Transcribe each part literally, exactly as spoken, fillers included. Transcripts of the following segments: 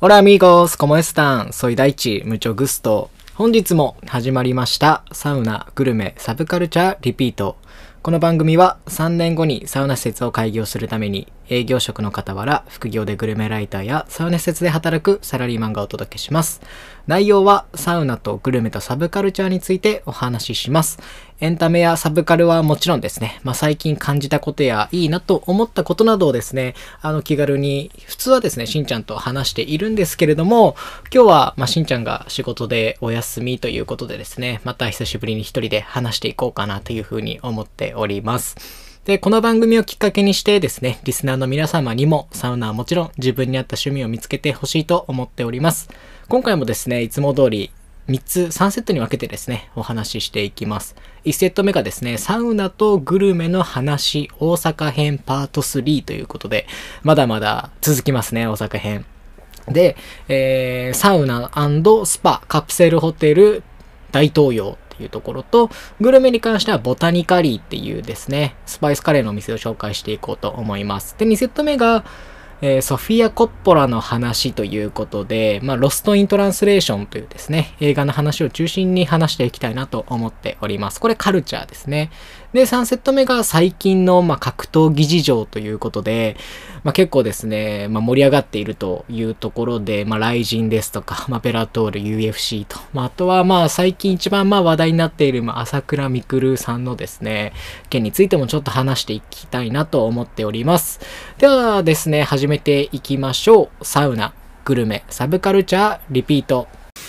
Hola amigos, ¿cómo están? Soy Daichi, mucho gusto. 本日も始まりましたサウナ、グルメ、サブカルチャー、リピート。この番組はさんねんごにサウナ施設を開業するために営業職の傍ら副業でグルメライターやサウナ施設で働くサラリーマンがお届けします。内容はサウナとグルメとサブカルチャーについてお話しします。エンタメやサブカルはもちろんですね、まあ、最近感じたことやいいなと思ったことなどをですね、あの気軽に普通はですね、しんちゃんと話しているんですけれども、今日はまあしんちゃんが仕事でお休みということでですね、また久しぶりに一人で話していこうかなというふうに思っております。で、この番組をきっかけにしてですね、リスナーの皆様にもサウナはもちろん自分に合った趣味を見つけてほしいと思っております。今回もですね、いつも通りみっつ、さんセットに分けてですね、お話ししていきます。いちセット目がですね、サウナとグルメの話、大阪編パートスリーということで、まだまだ続きますね、大阪編。で、えー、サウナ&スパ、カプセルホテル、大東洋っていうところと、グルメに関してはボタニカリーっていうですね、スパイスカレーのお店を紹介していこうと思います。で、にセット目が、えー、ソフィア・コッポラの話ということで、まあ、ロスト・イン・トランスレーションというですね、映画の話を中心に話していきたいなと思っております。これカルチャーですね。で、さんセット目が最近の、まあ、格闘技事情ということで、まあ、結構ですね、まあ、盛り上がっているというところで、まあ、ライジンですとか、まあ、ベラトール、ユーエフシー と、まあ、あとはまあ最近一番まあ話題になっている、まあ、朝倉未来さんのですね、件についてもちょっと話していきたいなと思っております。ではですね、始めていきましょう。サウナ、グルメ、サブカルチャー、リピート。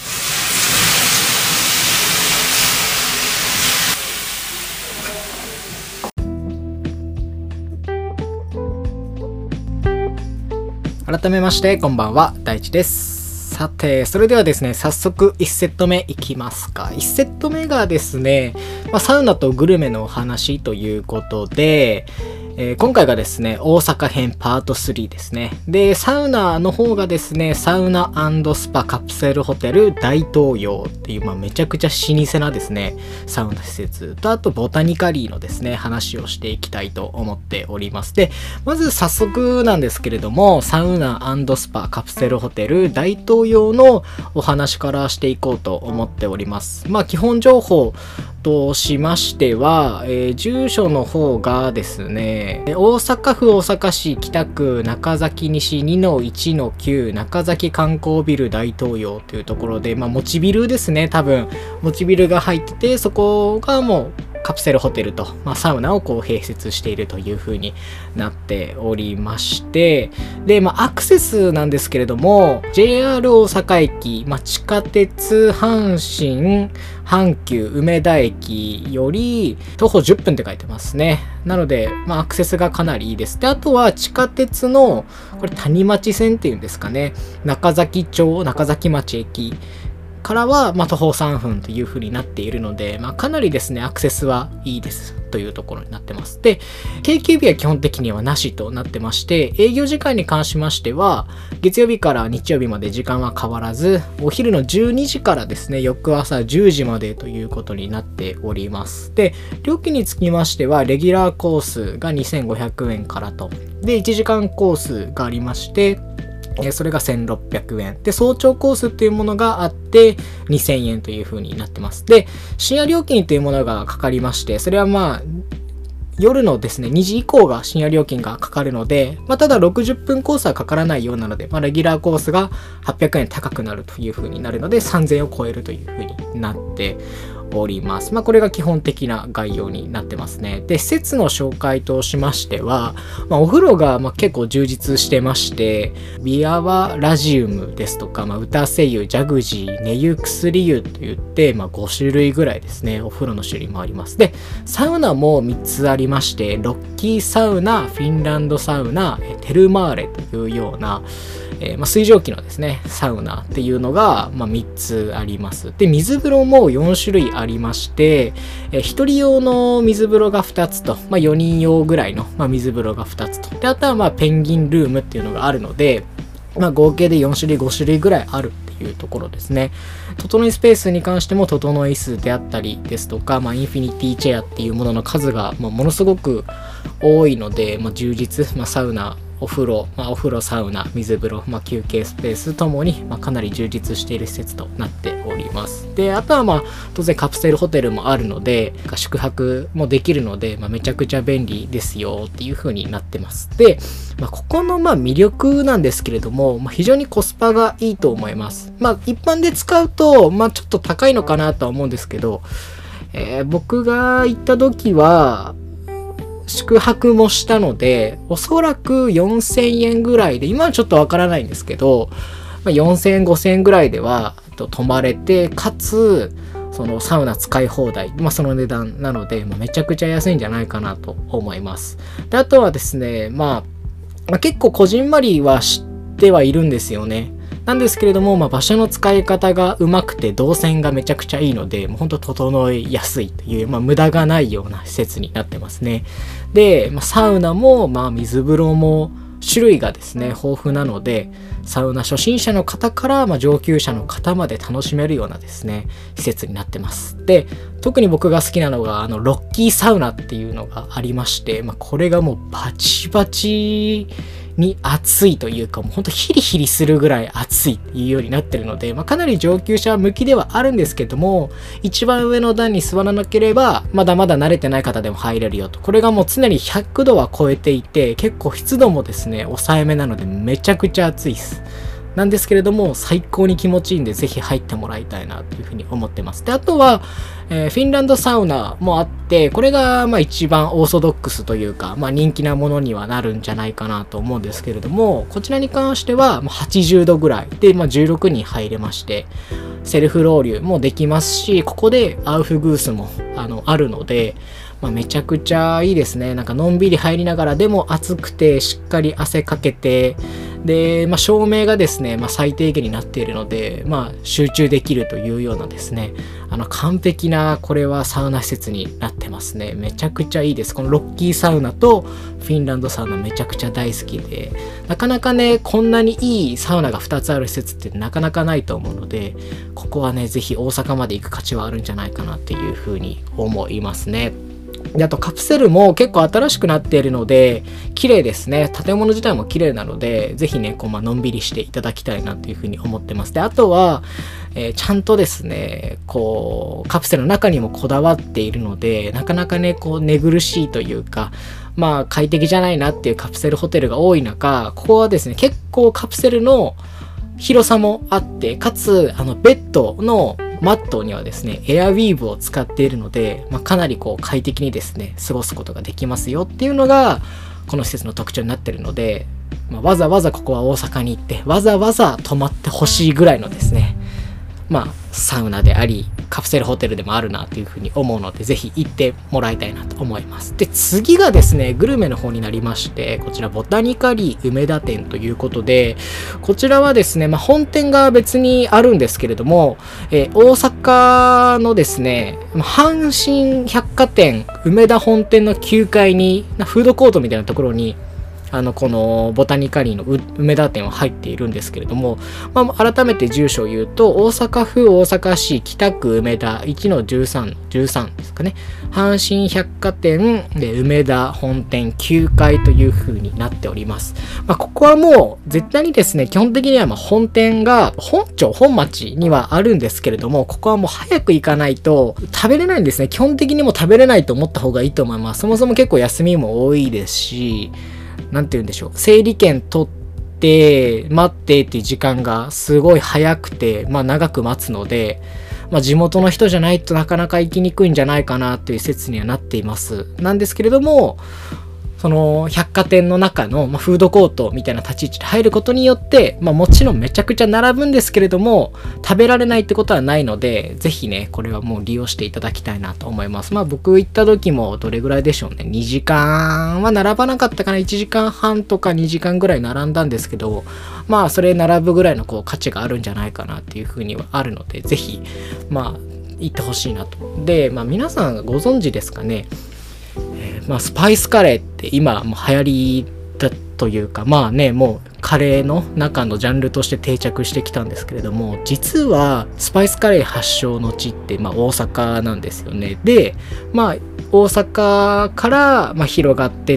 改めましてこんばんは、大地です。さて、それではですね、早速いちセット目いきますか。いちセット目がですね、まあ、サウナとグルメのお話ということで、えー、今回がですね、大阪編パートスリーですね。で、サウナの方がですね、サウナ&スパカプセルホテル大東洋っていう、まあ、めちゃくちゃ老舗なですね、サウナ施設と、あとボタニカリーのですね、話をしていきたいと思っております。で、まず早速なんですけれども、サウナ&スパカプセルホテル大東洋のお話からしていこうと思っております。まあ、基本情報としましては、えー、住所の方がですね、大阪府大阪市北区中崎西 にのいちのきゅう 中崎観光ビル大東洋というところで、まあ、持ちビルですね。多分持ちビルが入ってて、そこがもうカプセルホテルと、まあ、サウナをこう併設しているという風になっておりまして、で、まあ、アクセスなんですけれども ジェイアール 大阪駅、まあ、地下鉄阪神阪急梅田駅より徒歩じゅっぷんって書いてますね。なので、まあ、アクセスがかなりいいです。で、あとは地下鉄のこれ谷町線っていうんですかね、中崎町中崎町駅からは、まあ、徒歩さんぷんという風になっているので、まあ、かなりですね、アクセスはいいですというところになってます。で、定休日は基本的にはなしとなってまして、営業時間に関しましては、月曜日から日曜日まで時間は変わらず、お昼のじゅうにじからですね、翌朝じゅうじまでということになっております。で、料金につきましては、レギュラーコースがにせんごひゃくえんからと。で、いちじかんコースがありまして、それがせんろっぴゃくえん。で、早朝コースっていうものがあってにせんえんという風になってます。で、深夜料金というものがかかりまして、それはまあ、夜のですね、にじ以降が深夜料金がかかるので、まあ、ただろくじゅっぷんコースはかからないようなので、まあ、レギュラーコースがはっぴゃくえん高くなるという風になるので、さんぜんえんを超えるという風になっております。まあ、これが基本的な概要になってますね。で、施設の紹介としましては、まあ、お風呂がまあ結構充実してまして、ビアワラジウムですとか、まあ、歌声湯、ジャグジー、寝湯、薬湯といって、まあ、ごしゅるいぐらいですね、お風呂の種類もあります。で、サウナもみっつありまして、ロッキーサウナ、フィンランドサウナ、テルマーレというような、えーまあ、水蒸気のですね、サウナっていうのが、まあ、みっつあります。で、水風呂もよんしゅるいありまして、えー、ひとり用の水風呂がふたつと、まあ、よにん用ぐらいの、まあ、水風呂がふたつと。で、あとはまあペンギンルームっていうのがあるので、まあ、合計でよんしゅるい、ごしゅるいぐらいあるっていうところですね。整いスペースに関しても、整い椅子であったりですとか、まあ、インフィニティチェアっていうものの数が、まあ、ものすごく多いので、まあ、充実、まあ、サウナお風呂、まあ、お風呂、サウナ、水風呂、まあ、休憩スペースともに、まあ、かなり充実している施設となっております。で、あとはまあ、当然カプセルホテルもあるので、宿泊もできるので、まあ、めちゃくちゃ便利ですよっていう風になってます。で、まあ、ここのまあ魅力なんですけれども、まあ、非常にコスパがいいと思います。まあ、一般で使うと、まあ、ちょっと高いのかなとは思うんですけど、えー、僕が行った時は、宿泊もしたので、おそらくよんせんえんぐらいで、今はちょっとわからないんですけど、まあ、よんせんえん、ごせんえんぐらいでは泊まれて、かつ、そのサウナ使い放題、まあ、その値段なので、まあ、めちゃくちゃ安いんじゃないかなと思います。で、あとはですね、まあ、まあ、結構こじんまりは知ってはいるんですよね。なんですけれども、まあ、場所の使い方がうまくて動線がめちゃくちゃいいので、もうほんと整いやすいという、まあ、無駄がないような施設になってますね。で、まあ、サウナも、まあ、水風呂も種類がですね、豊富なので、サウナ初心者の方から、まあ、上級者の方まで楽しめるようなですね、施設になってます。で、特に僕が好きなのが、あの、ロッキーサウナっていうのがありまして、まあ、これがもうバチバチに暑いというか、もうほんとヒリヒリするぐらい暑いっていうようになってるので、まあ、かなり上級者向きではあるんですけども、一番上の段に座らなければ、まだまだ慣れてない方でも入れるよと。これがもう常にひゃくどは超えていて、結構湿度もですね、抑えめなのでめちゃくちゃ暑いです。なんですけれども、最高に気持ちいいんで、ぜひ入ってもらいたいなというふうに思ってます。で、あとは、えー、フィンランドサウナもあって、これが、まあ一番オーソドックスというか、まあ人気なものにはなるんじゃないかなと思うんですけれども、こちらに関しては、はちじゅうどぐらいで、まあじゅうろくにん入れまして、セルフロウリュもできますし、ここでアウフグースも、あの、あるので、まあ、めちゃくちゃいいですね。なんかのんびり入りながら、でも暑くて、しっかり汗かけて、で、まあ、照明がですね、まあ、最低限になっているので、まあ、集中できるというようなですね、あの、完璧な、これはサウナ施設になってますね。めちゃくちゃいいです。このロッキーサウナとフィンランドサウナめちゃくちゃ大好きで、なかなかね、こんなにいいサウナがふたつある施設ってなかなかないと思うので、ここはね、ぜひ大阪まで行く価値はあるんじゃないかなっていうふうに思いますね。で、あとカプセルも結構新しくなっているので、綺麗ですね。建物自体も綺麗なので、ぜひね、こう、まあのんびりしていただきたいなというふうに思ってます。で、あとは、えー、ちゃんとですね、こう、カプセルの中にもこだわっているので、なかなかね、こう、寝苦しいというか、まあ、快適じゃないなっていうカプセルホテルが多い中、ここはですね、結構カプセルの広さもあって、かつ、あの、ベッドのマットにはですね、エアウィーヴを使っているので、まあ、かなりこう快適にですね、過ごすことができますよっていうのが、この施設の特徴になっているので、まあ、わざわざここは大阪に行って、わざわざ泊まってほしいぐらいのですね、まあ、サウナであり、カプセルホテルでもあるなというふうに思うので、ぜひ行ってもらいたいなと思います。で、次がですね、グルメの方になりまして、こちらボタニカリー梅田店ということで、こちらはですね、まあ、本店が別にあるんですけれども、えー、大阪のですね、阪神百貨店梅田本店のきゅうかいに、フードコートみたいなところに、あの、このボタニカリーの梅田店は入っているんですけれども、まあ、改めて住所を言うと、大阪府大阪市北区梅田 いちのじゅうさんのじゅうさんですかね。阪神百貨店で梅田本店きゅうかいという風になっております。まあ、ここはもう絶対にですね、基本的にはまあ本店が本町、本町にはあるんですけれども、ここはもう早く行かないと食べれないんですね。基本的にも食べれないと思った方がいいと思います。そもそも結構休みも多いですし、なんて言うんでしょう。整理券取って、待ってっていう時間がすごい早くて、まあ長く待つので、まあ地元の人じゃないとなかなか行きにくいんじゃないかなという説にはなっています。なんですけれども、その百貨店の中の、まあ、フードコートみたいな立ち位置で入ることによって、まあもちろんめちゃくちゃ並ぶんですけれども、食べられないってことはないので、ぜひね、これはもう利用していただきたいなと思います。まあ僕行った時もどれぐらいでしょうね。にじかんは並ばなかったかな。いちじかんはんとかにじかんぐらい並んだんですけど、まあそれ並ぶぐらいのこう価値があるんじゃないかなっていうふうにはあるので、ぜひ、まあ行ってほしいなと。で、まあ皆さんご存知ですかね。まあ、スパイスカレーって今もう流行りだというか、まあね、もうカレーの中のジャンルとして定着してきたんですけれども、実はスパイスカレー発祥の地って、まあ、大阪なんですよね。で、まあ大阪から、まあ、広がってって、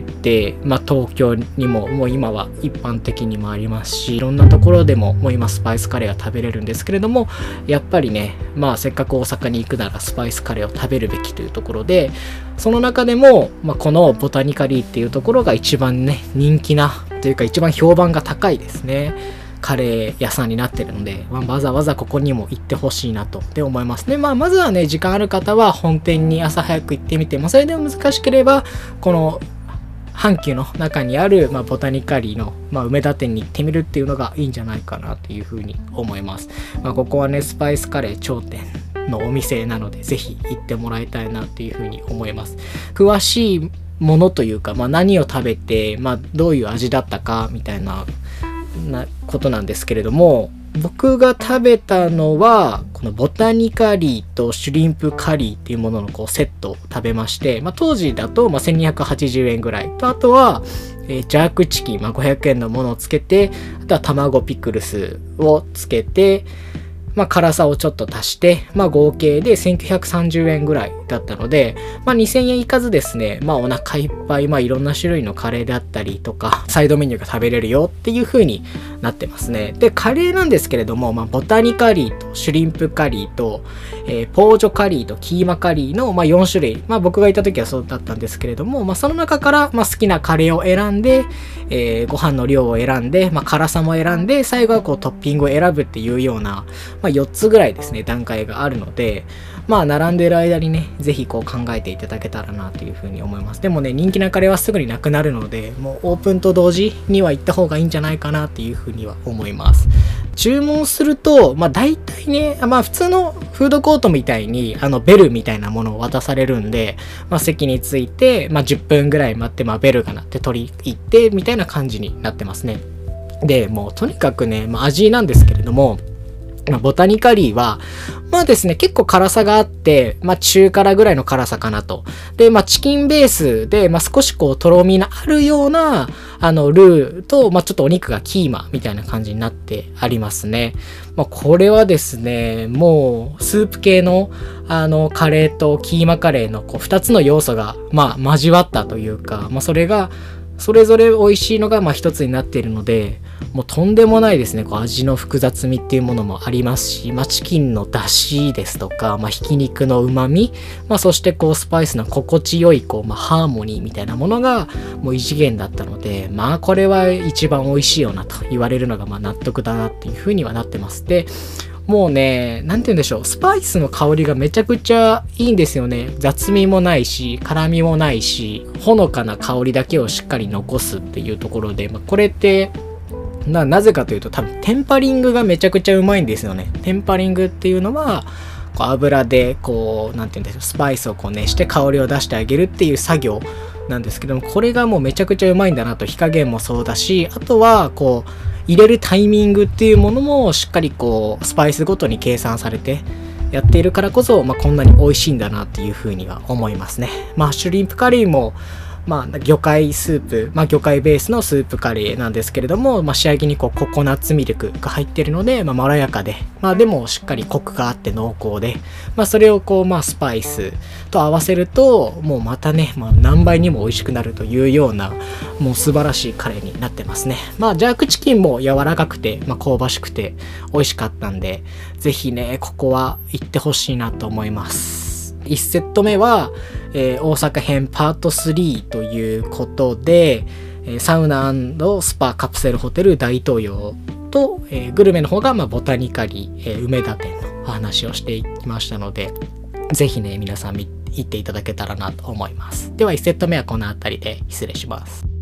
まあ、東京にももう今は一般的にもありますし、いろんなところでももう今スパイスカレーが食べれるんですけれども、やっぱりね、まあせっかく大阪に行くならスパイスカレーを食べるべきというところで、その中でも、まあ、このボタニカリーっていうところが一番ね人気なというか一番評判が高いですねカレー屋さんになってるので、まあ、わざわざここにも行ってほしいなとで思いますね。まあまずはね、時間ある方は本店に朝早く行ってみても、それでも難しければこの阪急の中にある、まあ、ボタニカリーの、まあ、梅田店に行ってみるっていうのがいいんじゃないかなというふうに思います。まあ、ここはねスパイスカレー頂点のお店なので、ぜひ行ってもらいたいなというふうに思います。詳しいものというか、まあ、何を食べて、まあ、どういう味だったかみたいななことなんですけれども、僕が食べたのはこのボタニカリーとシュリンプカリーっていうもののこうセットを食べまして、まあ、当時だとまあせんにひゃくはちじゅうえんぐらいと、あとは、えー、ジャークチキン、まあ、ごひゃくえんのものをつけて、あとは卵ピクルスをつけて、まあ、辛さをちょっと足して、まあ、合計でせんきゅうひゃくさんじゅうえんぐらいだったので、まあ、にせんえんいかずですね、まあ、お腹いっぱい、まあ、いろんな種類のカレーであったりとか、サイドメニューが食べれるよっていう風になってますね。で、カレーなんですけれども、まあ、ボタニカリーとシュリンプカリーと、えー、ポージョカリーとキーマカリーの、まあ、よん種類、まあ、僕がいた時はそうだったんですけれども、まあ、その中から、まあ、好きなカレーを選んで、えー、ご飯の量を選んで、まあ、辛さも選んで、最後はこうトッピングを選ぶっていうような、まあ、よっつぐらいですね段階があるので、まあ並んでる間にね、ぜひこう考えていただけたらなというふうに思います。でもね、人気なカレーはすぐになくなるので、もうオープンと同時には行った方がいいんじゃないかなっていうふうには思います。注文すると、まあ大体ね、まあ普通のフードコートみたいにあのベルみたいなものを渡されるんで、まあ席に着いて、まあじゅっぷんぐらい待って、まあベルが鳴って取り行ってみたいな感じになってますね。で、もうとにかくね、まあ味なんですけれども、ボタニカリーは、まあですね、結構辛さがあって、まあ中辛ぐらいの辛さかなと。で、まあチキンベースで、まあ少しこうとろみのあるような、あのルーと、まあちょっとお肉がキーマみたいな感じになってありますね。まあこれはですね、もうスープ系のあのカレーとキーマカレーのこう二つの要素が、まあ交わったというか、まあそれが、それぞれ美味しいのがまあ一つになっているので、もうとんでもないですね。こう味の複雑味っていうものもありますし、まあ、チキンの出汁ですとか、まあ、ひき肉の旨味、まあ、そしてこうスパイスの心地よいこう、まあ、ハーモニーみたいなものがもう異次元だったので、まあこれは一番美味しいよなと言われるのがまあ納得だなっていうふうにはなってます。で、もうね、なんて言うんでしょう、スパイスの香りがめちゃくちゃいいんですよね。雑味もないし、辛みもないし、ほのかな香りだけをしっかり残すっていうところで、まあ、これってな、なぜかというと多分テンパリングがめちゃくちゃうまいんですよね。テンパリングっていうのは、こう油でこう、なんて言うんでしょう、スパイスをこう熱して香りを出してあげるっていう作業なんですけども、これがもうめちゃくちゃうまいんだなと、火加減もそうだし、あとはこう、入れるタイミングっていうものもしっかりこうスパイスごとに計算されてやっているからこそ、まあ、こんなに美味しいんだなっていうふうには思いますね。まあシュリンプカリーもまあ魚介スープ、まあ魚介ベースのスープカレーなんですけれども、まあ仕上げにこうココナッツミルクが入っているので、まあまろやかで、まあでもしっかりコクがあって濃厚で、まあそれをこうまあスパイスと合わせると、もうまたね、まあ何倍にも美味しくなるというような、もう素晴らしいカレーになってますね。まあジャークチキンも柔らかくて、まあ香ばしくて美味しかったんで、ぜひね、ここは行ってほしいなと思います。いちセット目は、えー、大阪編パートスリーということで、えー、サウナ&スパカプセルホテル大東洋と、えー、グルメの方が、まあ、ボタニカリー、えー、梅田店のお話をしていきましたので、ぜひね皆さん行っていただけたらなと思います。ではいちセット目はこの辺りで失礼します。